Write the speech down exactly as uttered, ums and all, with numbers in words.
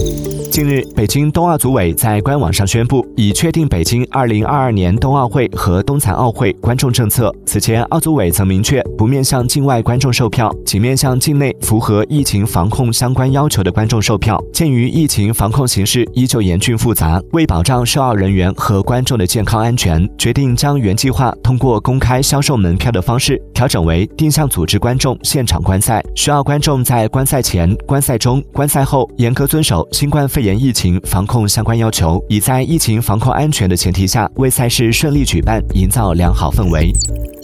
近日，北京冬奥组委在官网上宣布，已确定北京二零二二年冬奥会和冬残奥会观众政策。此前，奥组委曾明确不面向境外观众售票，仅面向境内符合疫情防控相关要求的观众售票。鉴于疫情防控形势依旧严峻复杂，为保障申奥人员和观众的健康安全，决定将原计划通过公开销售门票的方式调整为定向组织观众现场观赛，需要观众在观赛前、观赛中、观赛后严格遵守新冠肺炎疫情防控相关要求，以在疫情防控安全的前提下，为赛事顺利举办营造良好氛围。